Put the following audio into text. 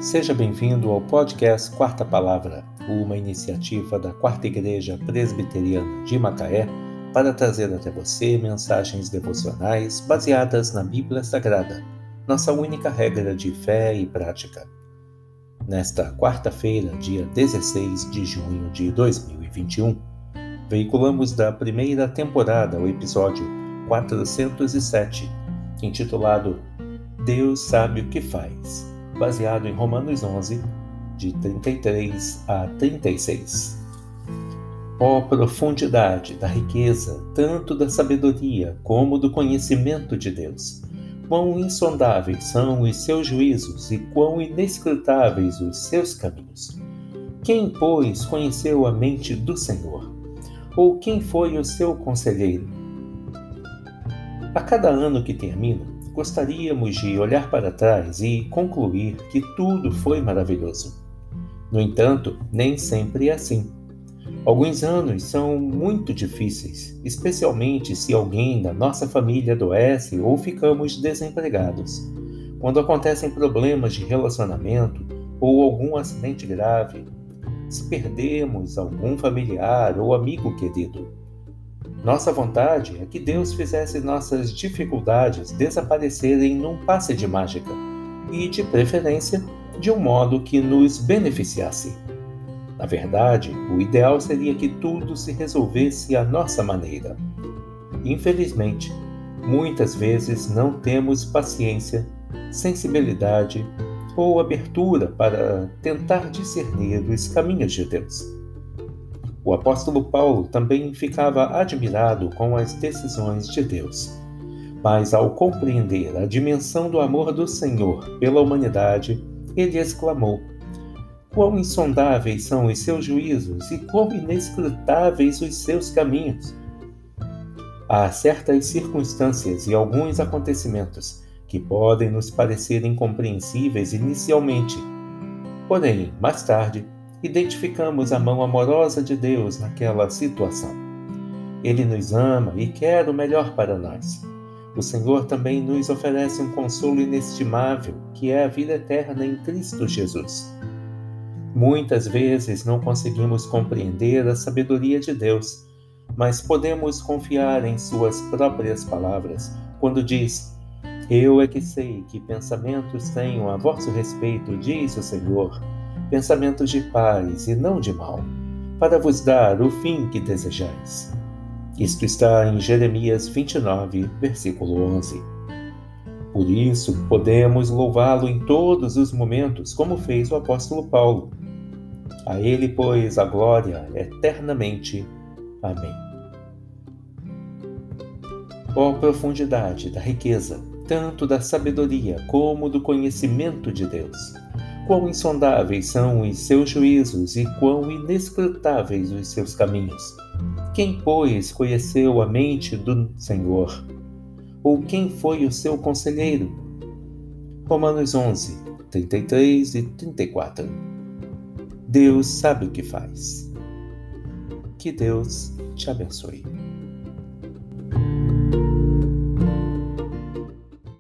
Seja bem-vindo ao podcast Quarta Palavra, uma iniciativa da Quarta Igreja Presbiteriana de Macaé para trazer até você mensagens devocionais baseadas na Bíblia Sagrada, nossa única regra de fé e prática. Nesta quarta-feira, dia 16 de junho de 2021, veiculamos da primeira temporada o episódio 407, intitulado Deus sabe o que faz, baseado em Romanos 11, de 33 a 36. Ó profundidade da riqueza, tanto da sabedoria como do conhecimento de Deus! Quão insondáveis são os seus juízos e quão inescrutáveis os seus caminhos! Quem, pois, conheceu a mente do Senhor? Ou quem foi o seu conselheiro? A cada ano que termina, gostaríamos de olhar para trás e concluir que tudo foi maravilhoso. No entanto, nem sempre é assim. Alguns anos são muito difíceis, especialmente se alguém da nossa família adoece ou ficamos desempregados. Quando acontecem problemas de relacionamento ou algum acidente grave, se perdemos algum familiar ou amigo querido. Nossa vontade é que Deus fizesse nossas dificuldades desaparecerem num passe de mágica e, de preferência, de um modo que nos beneficiasse. Na verdade, o ideal seria que tudo se resolvesse à nossa maneira. Infelizmente, muitas vezes não temos paciência, sensibilidade ou abertura para tentar discernir os caminhos de Deus. O apóstolo Paulo também ficava admirado com as decisões de Deus. Mas ao compreender a dimensão do amor do Senhor pela humanidade, ele exclamou: quão insondáveis são os seus juízos e quão inescrutáveis os seus caminhos! Há certas circunstâncias e alguns acontecimentos que podem nos parecer incompreensíveis inicialmente. Porém, mais tarde, identificamos a mão amorosa de Deus naquela situação. Ele nos ama e quer o melhor para nós. O Senhor também nos oferece um consolo inestimável, que é a vida eterna em Cristo Jesus. Muitas vezes não conseguimos compreender a sabedoria de Deus, mas podemos confiar em suas próprias palavras, quando diz: Eu é que sei que pensamentos tenho a vosso respeito, diz o Senhor, pensamentos de paz e não de mal, para vos dar o fim que desejais. Isto está em Jeremias 29, versículo 11. Por isso, podemos louvá-lo em todos os momentos, como fez o apóstolo Paulo. A ele, pois, a glória eternamente. Amém. Ó profundidade da riqueza, tanto da sabedoria como do conhecimento de Deus! Quão insondáveis são os seus juízos e quão inescrutáveis os seus caminhos! Quem, pois, conheceu a mente do Senhor? Ou quem foi o seu conselheiro? Romanos 11, 33 e 34. Deus sabe o que faz. Que Deus te abençoe.